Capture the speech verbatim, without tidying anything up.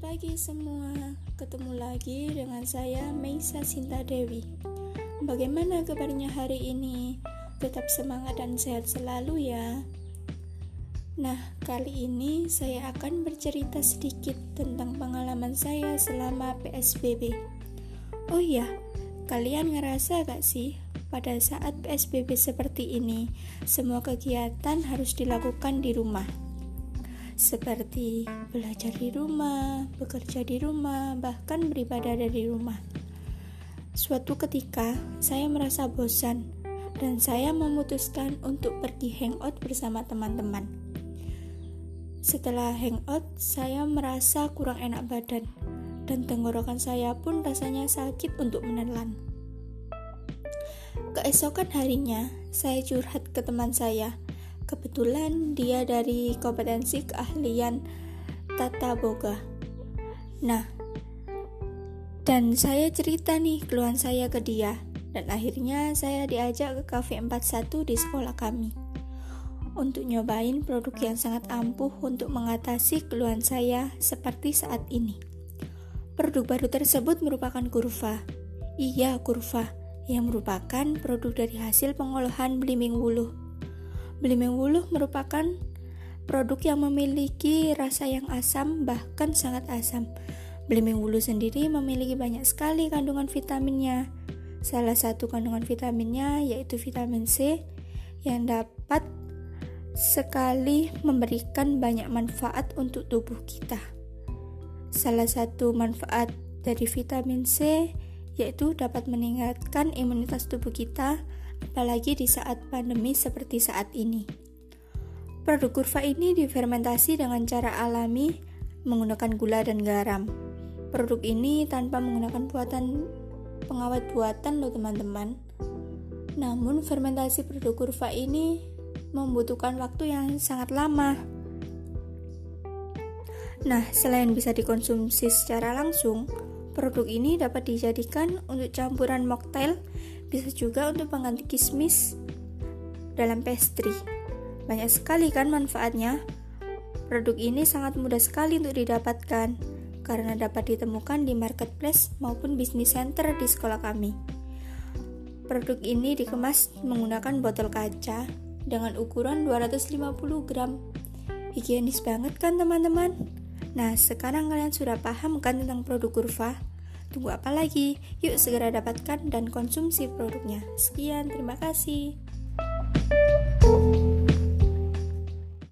pagi semua, ketemu lagi dengan saya Meisa Sinta Dewi. Bagaimana kabarnya hari ini? Tetap semangat dan sehat selalu ya. Nah, kali ini saya akan bercerita sedikit tentang pengalaman saya selama P S B B. Oh iya, kalian ngerasa gak sih pada saat P S B B seperti ini, semua kegiatan harus dilakukan di rumah? Seperti belajar di rumah, bekerja di rumah, bahkan beribadah dari rumah. Suatu ketika, saya merasa bosan dan saya memutuskan untuk pergi hangout bersama teman-teman. Setelah hangout, saya merasa kurang enak badan dan tenggorokan saya pun rasanya sakit untuk menelan. Keesokan harinya, saya curhat ke teman saya. Kebetulan dia dari kompetensi keahlian tata boga. Nah, dan saya cerita nih keluhan saya ke dia, dan akhirnya saya diajak ke Cafe empat puluh satu di sekolah kami untuk nyobain produk yang sangat ampuh untuk mengatasi keluhan saya seperti saat ini. Produk baru tersebut merupakan kurva. Iya, kurva yang merupakan produk dari hasil pengolahan belimbing wuluh. Belimbing wuluh merupakan produk yang memiliki rasa yang asam, bahkan sangat asam. Belimbing wuluh sendiri memiliki banyak sekali kandungan vitaminnya. Salah satu kandungan vitaminnya yaitu vitamin C yang dapat sekali memberikan banyak manfaat untuk tubuh kita. Salah satu manfaat dari vitamin C yaitu dapat meningkatkan imunitas tubuh kita, apalagi di saat pandemi seperti saat ini. Produk kurva ini difermentasi dengan cara alami menggunakan gula dan garam. Produk ini tanpa menggunakan buatan pengawet buatan loh teman-teman. Namun fermentasi produk kurva ini membutuhkan waktu yang sangat lama. Nah, selain bisa dikonsumsi secara langsung, produk ini dapat dijadikan untuk campuran mocktail, bisa juga untuk pengganti kismis dalam pastry. Banyak sekali kan manfaatnya. Produk ini sangat mudah sekali untuk didapatkan karena dapat ditemukan di marketplace maupun business center di sekolah kami. Produk ini dikemas menggunakan botol kaca dengan ukuran dua ratus lima puluh gram. Higienis banget kan teman-teman? Nah, sekarang kalian sudah paham kan tentang produk kurva? Tunggu apa lagi? Yuk segera dapatkan dan konsumsi produknya. Sekian, terima kasih.